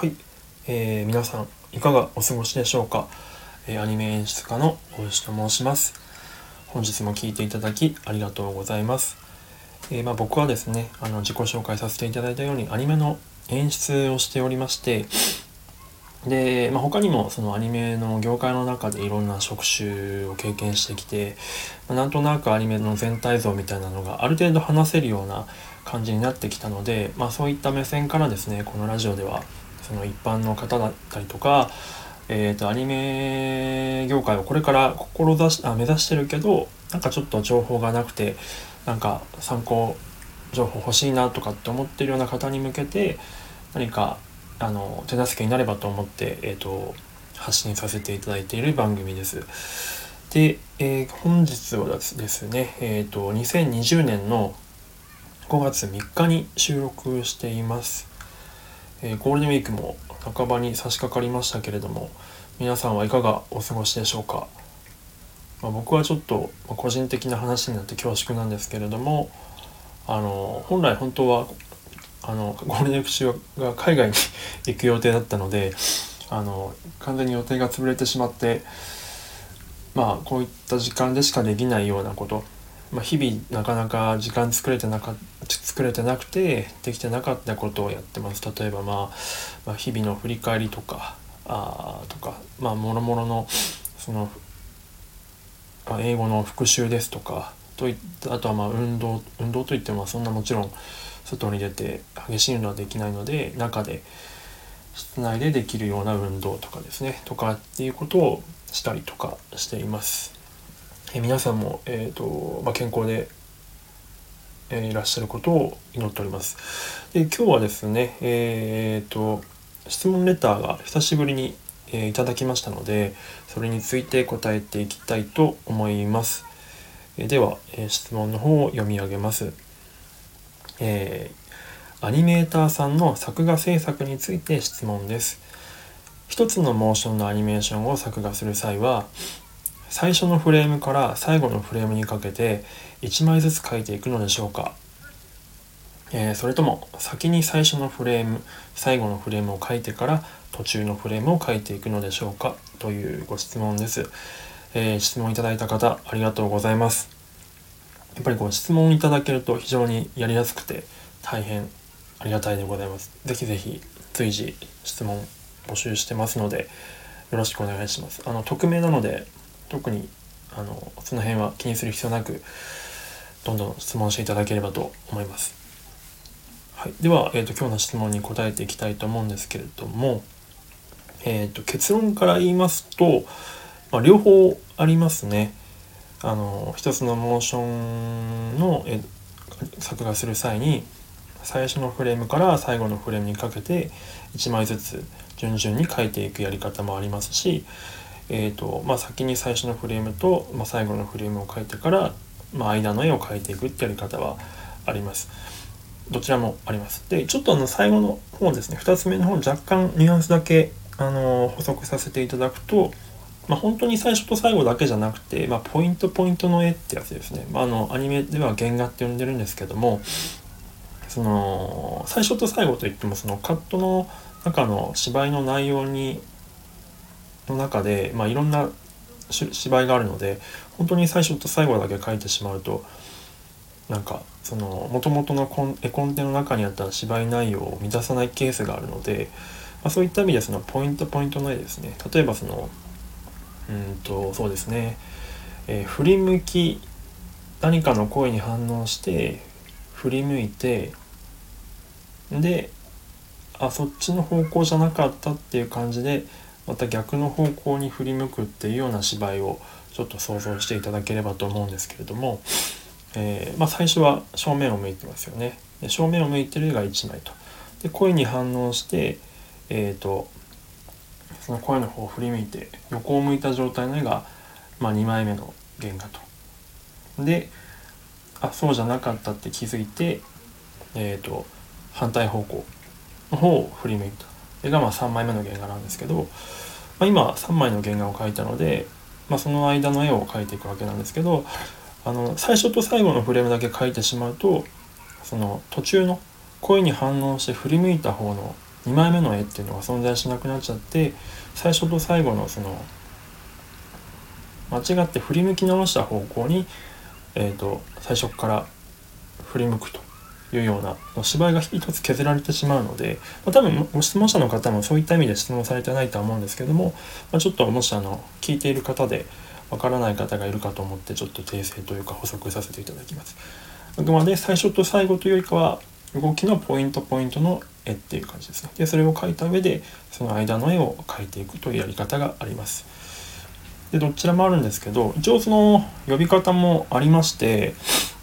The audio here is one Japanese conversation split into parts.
はい、皆さんいかがお過ごしでしょうか。アニメ演出家の大石と申します。本日も聞いていただきありがとうございます。僕はですね、自己紹介させていただいたようにアニメの演出をしておりまして、で、他にもそのアニメの業界の中でいろんな職種を経験してきて、なんとなくアニメの全体像みたいなのがある程度話せるような感じになってきたので、そういった目線からですね、このラジオではその一般の方だったりとか、アニメ業界をこれから目指してるけど、なんかちょっと情報がなくて、なんか参考情報欲しいなとかって思ってるような方に向けて、何か手助けになればと思って、発信させていただいている番組です。で、本日はですね、2020年の5月3日に収録しています。ゴールデンウィークも半ばに差し掛かりましたけれども、皆さんはいかがお過ごしでしょうか。僕はちょっと個人的な話になって恐縮なんですけれども、本当はゴールデンウィーク中が海外に行く予定だったので、完全に予定が潰れてしまって、こういった時間でしかできないようなこと、日々なかなか時間作れてなくてできてなかったことをやってます。例えば日々の振り返りとかもろもろのその英語の復習ですとかあとは運動といってもそんなもちろん外に出て激しい運動はできないので、中で室内でできるような運動とかですねっていうことをしたりとかしています。皆さんも、健康で、いらっしゃることを祈っております。で、今日はですね、質問レターが久しぶりに、いただきましたので、それについて答えていきたいと思います。では、質問の方を読み上げます。アニメーターさんの作画制作について質問です。一つのモーションのアニメーションを作画する際は、最初のフレームから最後のフレームにかけて1枚ずつ描いていくのでしょうか。それとも先に最初のフレーム、最後のフレームを描いてから途中のフレームを描いていくのでしょうか、というご質問です。質問いただいた方ありがとうございます。やっぱり質問いただけると非常にやりやすくて大変ありがたいでございます。ぜひぜひ随時質問募集してますのでよろしくお願いします。匿名なので特にその辺は気にする必要なくどんどん質問していただければと思います。はい、では、今日の質問に答えていきたいと思うんですけれども、結論から言いますと、両方ありますね。一つのモーションの作画する際に最初のフレームから最後のフレームにかけて1枚ずつ順々に描いていくやり方もありますし、先に最初のフレームと、最後のフレームを描いてから、間の絵を描いていくってやり方はあります。どちらもあります。で、ちょっと最後の方ですね、2つ目の方若干ニュアンスだけ補足させていただくと、本当に最初と最後だけじゃなくて、ポイントの絵ってやつですね。アニメでは原画って呼んでるんですけども、その最初と最後といってもそのカットの中の芝居の内容の中で、いろんな芝居があるので、本当に最初と最後だけ書いてしまうとなんかその元々の絵コンテの中にあった芝居内容を満たさないケースがあるので、そういった意味でそのポイントの絵ですね。例えばそうですね、振り向き、何かの声に反応して振り向いて、でそっちの方向じゃなかったっていう感じでまた逆の方向に振り向くっていうような芝居をちょっと想像していただければと思うんですけれども、最初は正面を向いてますよね。で正面を向いてる絵が1枚と、で声に反応して、その声の方を振り向いて横を向いた状態の絵が、2枚目の原画と。でそうじゃなかったって気づいて、反対方向の方を振り向いた絵が3枚目の原画なんですけど、今3枚の原画を描いたので、その間の絵を描いていくわけなんですけど、最初と最後のフレームだけ描いてしまうと、その途中の声に反応して振り向いた方の 2枚目の絵っていうのが存在しなくなっちゃって、最初と最後のその間違って振り向き直した方向に、最初から振り向くというような芝居が一つ削られてしまうので、多分ご質問者の方もそういった意味で質問されてないとは思うんですけども、ちょっともし聞いている方でわからない方がいるかと思ってちょっと訂正というか補足させていただきます。あくまで最初と最後というよりかは動きのポイントの絵っていう感じですね。でそれを描いた上でその間の絵を描いていくというやり方があります。でどちらもあるんですけど、一応その呼び方もありまして、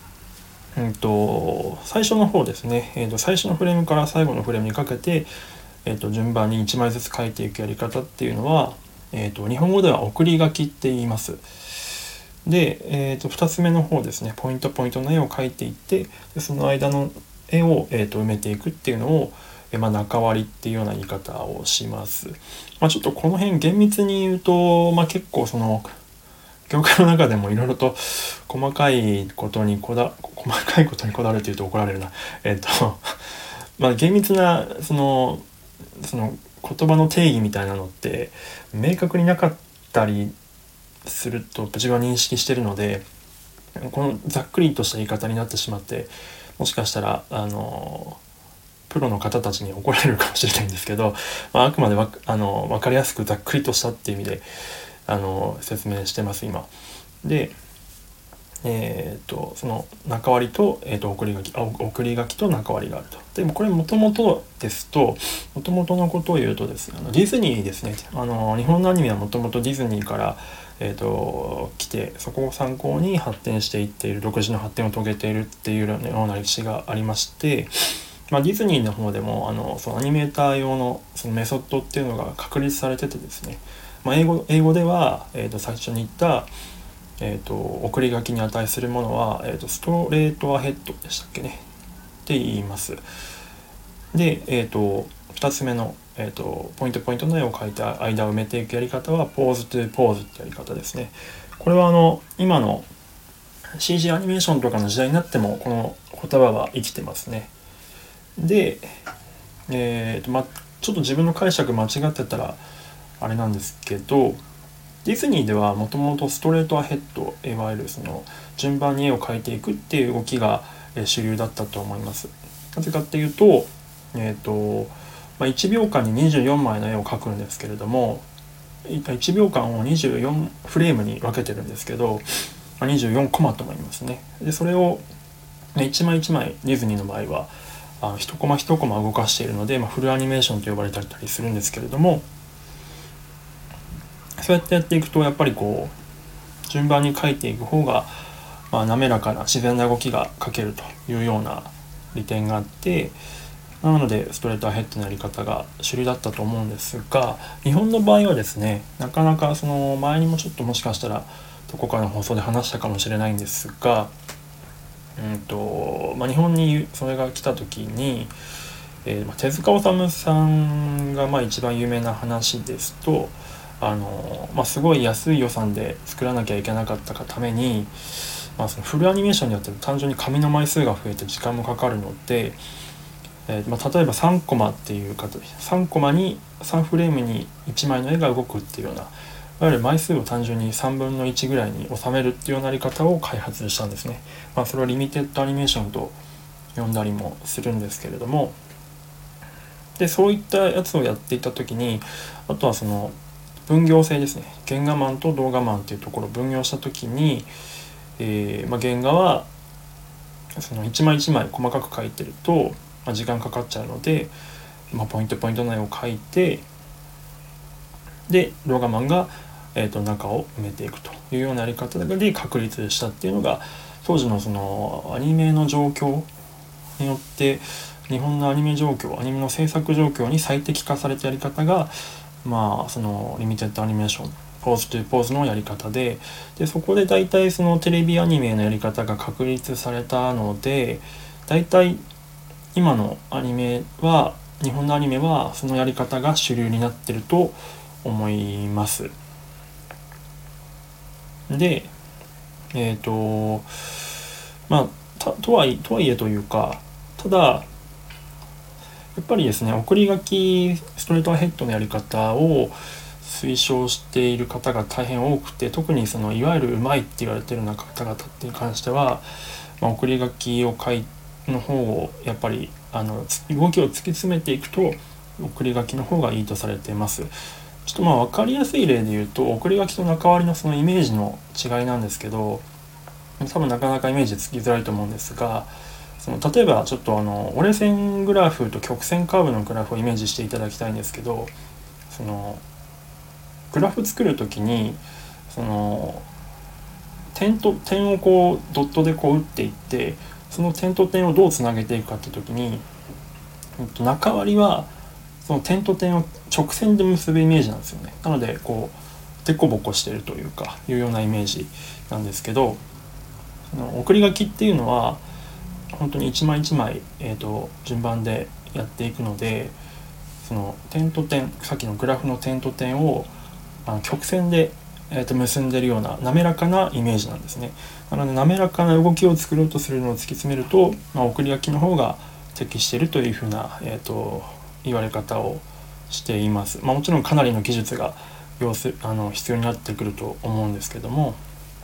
最初の方ですね、最初のフレームから最後のフレームにかけて、順番に1枚ずつ描いていくやり方っていうのは、日本語では送り書きって言います。で、2つ目の方ですね、ポイントの絵を描いていって、でその間の絵を、埋めていくっていうのを、中割りっていうような言い方をします。ちょっとこの辺厳密に言うと、結構その業界の中でもいろいろと細かいことにこだわるというと怒られるな。厳密なその言葉の定義みたいなのって明確になかったりすると自分は認識しているので、このざっくりとした言い方になってしまって、もしかしたらプロの方たちに怒られるかもしれないんですけど、あくまで分かりやすくざっくりとしたっていう意味で説明してます今。で、その中割りと、送り書きと中割りがあると。でもこれもともとのことを言うとですね、ディズニーですね。日本のアニメはもともとディズニーから、来て、そこを参考に発展していっている、独自の発展を遂げているっていうような歴史がありまして、ディズニーの方でもそのアニメーター用のそのメソッドっていうのが確立されててですね、英語では、最初に言った、送り書きに値するものは、ストレートアヘッドでしたっけねって言います。で、2つ目の、ポイントの絵を描いて間を埋めていくやり方はポーズトゥポーズってやり方ですね。これは今の CG アニメーションとかの時代になってもこの言葉は生きてますね。で、ちょっと自分の解釈間違ってたらあれなんですけど、ディズニーではもともとストレートアヘッド、いわゆるその順番に絵を描いていくっていう動きが主流だったと思います。なぜかっていうと、1秒間に24枚の絵を描くんですけれども、1秒間を24フレームに分けてるんですけど、24コマと思いますね。でそれを1枚1枚、ディズニーの場合は1コマ1コマ動かしているので、フルアニメーションと呼ばれたりするんですけれども、そうやってやっていくとやっぱりこう順番に描いていく方が、滑らかな自然な動きが描けるというような利点があって、なのでストレートアヘッドのやり方が主流だったと思うんですが、日本の場合はですね、なかなかその前にもちょっともしかしたらどこかの放送で話したかもしれないんですが、日本にそれが来た時に、手塚治虫さんが一番有名な話ですと、すごい安い予算で作らなきゃいけなかったがために、そのフルアニメーションによって単純に紙の枚数が増えて時間もかかるので、例えば3コマっていう形、3コマに3フレームに1枚の絵が動くっていうような、いわゆる枚数を単純に3分の1ぐらいに収めるっていうようなやり方を開発したんですね。それをリミテッドアニメーションと呼んだりもするんですけれども、でそういったやつをやっていた時に、あとはその分業制ですね、原画マンと動画マンっていうところを分業した時に、原画はその一枚一枚細かく描いてると、時間かかっちゃうので、ポイントの絵を描いて、で動画マンが、中を埋めていくというようなやり方で確立したっていうのが、当時のそのアニメの状況によって日本のアニメの制作状況に最適化されたやり方が、そのリミテッドアニメーションポーズトゥポーズのやり方で、そこで大体そのテレビアニメのやり方が確立されたので、大体今の日本のアニメはそのやり方が主流になってると思います。でとはいえというか、ただっぱりですね、送り書きストレートアヘッドのやり方を推奨している方が大変多くて、特にそのいわゆるうまいって言われているような方々に関しては、送り書きの方をやっぱり動きを突き詰めていくと送り書きの方がいいとされています。ちょっと分かりやすい例で言うと、送り書きと中割りのそのイメージの違いなんですけど、多分なかなかイメージつきづらいと思うんですが、例えばちょっと折れ線グラフと曲線カーブのグラフをイメージしていただきたいんですけど、グラフ作るときに点と点をこうドットでこう打っていって、その点と点をどうつなげていくかってときに、中割りはその点と点を直線で結ぶイメージなんですよね。なのでこうデコボコしてるというようなイメージなんですけど、送り書きっていうのは本当に一枚一枚、順番でやっていくので、その点と点、さっきのグラフの点と点を曲線で、結んでるような滑らかなイメージなんですね。なので滑らかな動きを作ろうとするのを突き詰めると、送り書きの方が適しているというふうな、言われ方をしています。もちろんかなりの技術が必要になってくると思うんですけども、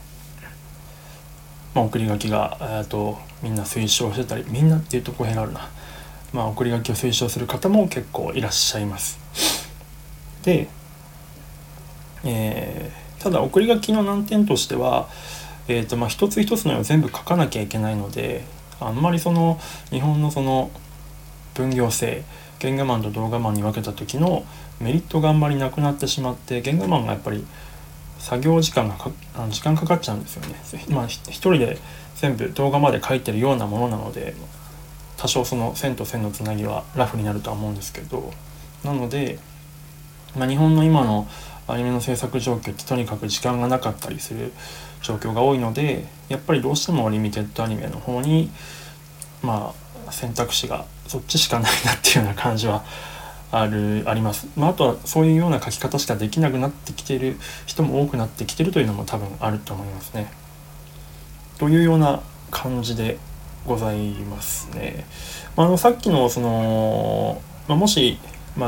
送り書きが、みんな推奨してたり、みんなっていうとこ変あるな、送り書きを推奨する方も結構いらっしゃいます。で、ただ送り書きの難点としては、一つ一つの絵を全部書かなきゃいけないので、あんまり日本の分業制、原画マンと動画マンに分けた時のメリットがあんまりなくなってしまって、原画マンがやっぱり作業時間かかっちゃうんですよね。一人で全部動画まで描いてるようなものなので、多少その線と線のつなぎはラフになるとは思うんですけど、なので、日本の今のアニメの制作状況ってとにかく時間がなかったりする状況が多いので、やっぱりどうしてもリミテッドアニメの方に選択肢がそっちしかないなっていうような感じはあります。あとはそういうような書き方しかできなくなってきている人も多くなってきているというのも多分あると思いますね。というような感じでございますね。さっきのもし、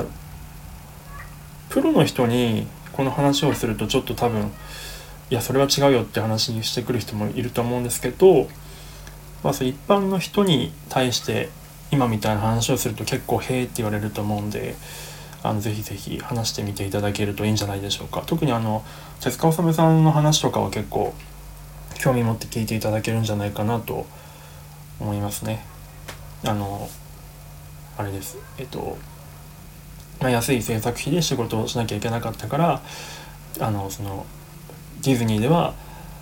プロの人にこの話をするとちょっと多分いやそれは違うよって話にしてくる人もいると思うんですけど、一般の人に対して今みたいな話をすると結構へーって言われると思うんで、ぜひぜひ話してみていただけるといいんじゃないでしょうか。特に手塚治虫さんの話とかは結構興味持って聞いていただけるんじゃないかなと思いますね。あれです。安い制作費で仕事をしなきゃいけなかったから、ディズニーでは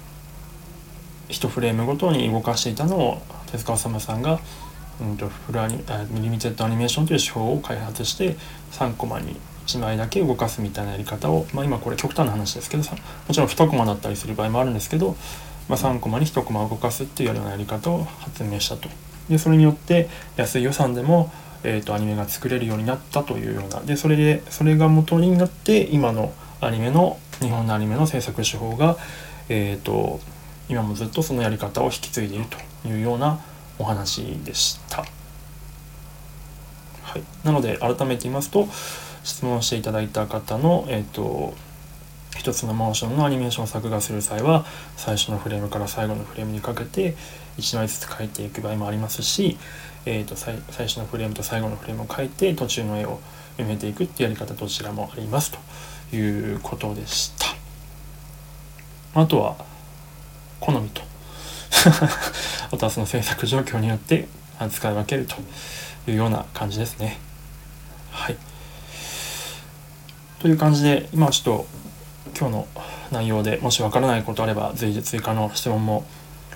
1フレームごとに動かしていたのを手塚治虫さんがリミテッドアニメーションという手法を開発して3コマに1枚だけ動かすみたいなやり方を、今これ極端な話ですけどもちろん2コマだったりする場合もあるんですけど、3コマに1コマ動かすっていうようなやり方を発明したと。でそれによって安い予算でも、アニメが作れるようになったというようなで、それが元になって今の日本のアニメの制作手法が、今もずっとそのやり方を引き継いでいるというようなお話でした。はい、なので改めて言いますと、質問していただいた方の、一つのモーションのアニメーションを作画する際は最初のフレームから最後のフレームにかけて1枚ずつ描いていく場合もありますし、最初のフレームと最後のフレームを描いて途中の絵を埋めていくっていうやり方どちらもありますということでした。あとは好みとあとはその制作状況によって使い分けるというような感じですね。はい。という感じで今ちょっと今日の内容でもしわからないことあれば随時追加の質問も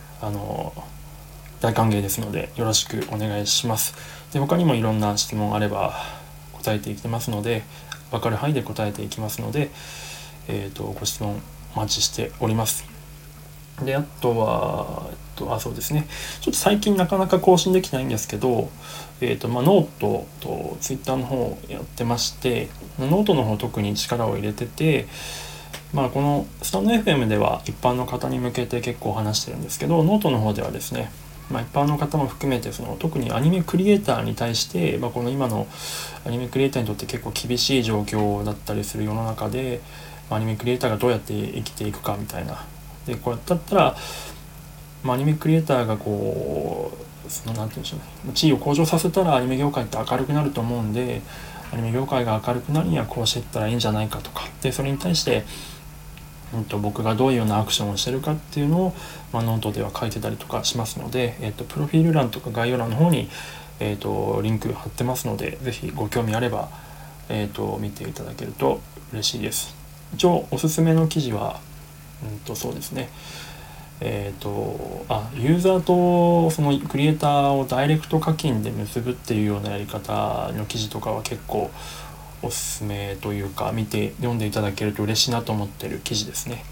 大歓迎ですのでよろしくお願いします。で他にもいろんな質問あれば答えていきますので、分かる範囲で答えていきますので、ご質問お待ちしております。であとはそうですね、ちょっと最近なかなか更新できないんですけど、ノートとツイッターの方やってまして、ノートの方特に力を入れてて、このスタンド FM では一般の方に向けて結構話してるんですけど、ノートの方ではですね、 一般の方も含めて特にアニメクリエイターに対して、この今のアニメクリエイターにとって結構厳しい状況だったりする世の中で、アニメクリエイターがどうやって生きていくかみたいな。でこれだったら、アニメクリエイターがなんて言うんでしょうね、地位を向上させたらアニメ業界って明るくなると思うんで、アニメ業界が明るくなるにはこうしていったらいいんじゃないかとか、でそれに対して僕がどういうようなアクションをしてるかっていうのを、ノートでは書いてたりとかしますので、プロフィール欄とか概要欄の方に、リンク貼ってますので、ぜひご興味あれば、見ていただけると嬉しいです。一応おすすめの記事は、そうですね、ユーザーとそのクリエイターをダイレクト課金で結ぶっていうようなやり方の記事とかは結構おすすめというか、読んでいただけると嬉しいなと思っている記事ですね。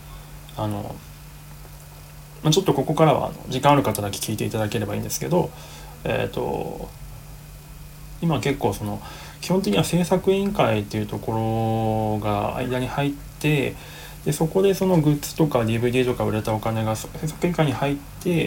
ちょっとここからは時間ある方だけ聞いていただければいいんですけど、今結構基本的には制作委員会っていうところが間に入って、でそこでそのグッズとか DVD とか売れたお金が制作委員会に入って、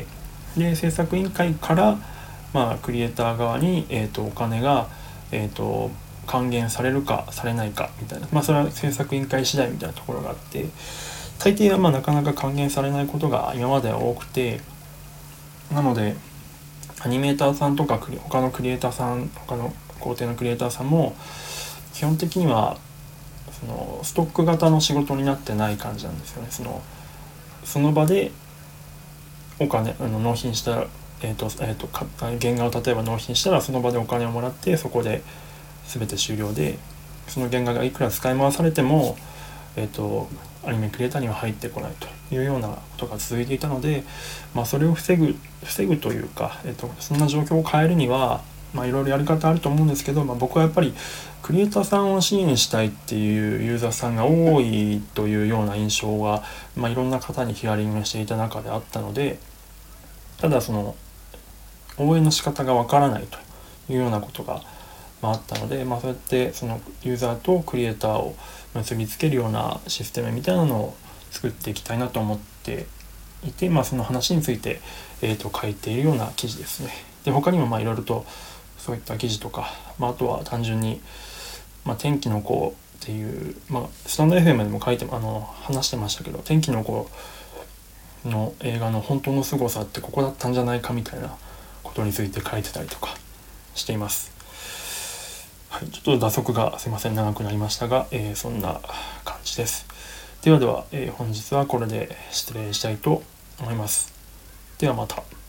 で制作委員会から、クリエイター側に、お金が、還元されるかされないかみたいな、それは制作委員会次第みたいなところがあって、大抵はなかなか還元されないことが今までは多くて、なのでアニメーターさんとか他のクリエイターさん、他の工程のクリエイターさんも基本的にはストック型の仕事になってない感じなんですよね。その場でお金納品したら、原画を例えば納品したらその場でお金をもらって、そこで全て終了で、その原画がいくら使い回されても、アニメクリエイターには入ってこないというようなことが続いていたので、それを防ぐというか、そんな状況を変えるには、いろいろやり方あると思うんですけど、僕はやっぱりクリエイターさんを支援したいっていうユーザーさんが多いというような印象が、いろんな方にヒアリングしていた中であったので、ただ応援の仕方がわからないというようなことがあったので、そうやってそのユーザーとクリエイターを結びつけるようなシステムみたいなのを作っていきたいなと思っていて、その話について、書いているような記事ですね。で他にもいろいろとそういった記事とか、あとは単純に、天気の子っていう、スタンド FM でも話してましたけど、天気の子の映画の本当の凄さってここだったんじゃないかみたいなことについて書いてたりとかしています。はい、ちょっと打足がすいません長くなりましたが、そんな感じです。では、本日はこれで失礼したいと思います。ではまた。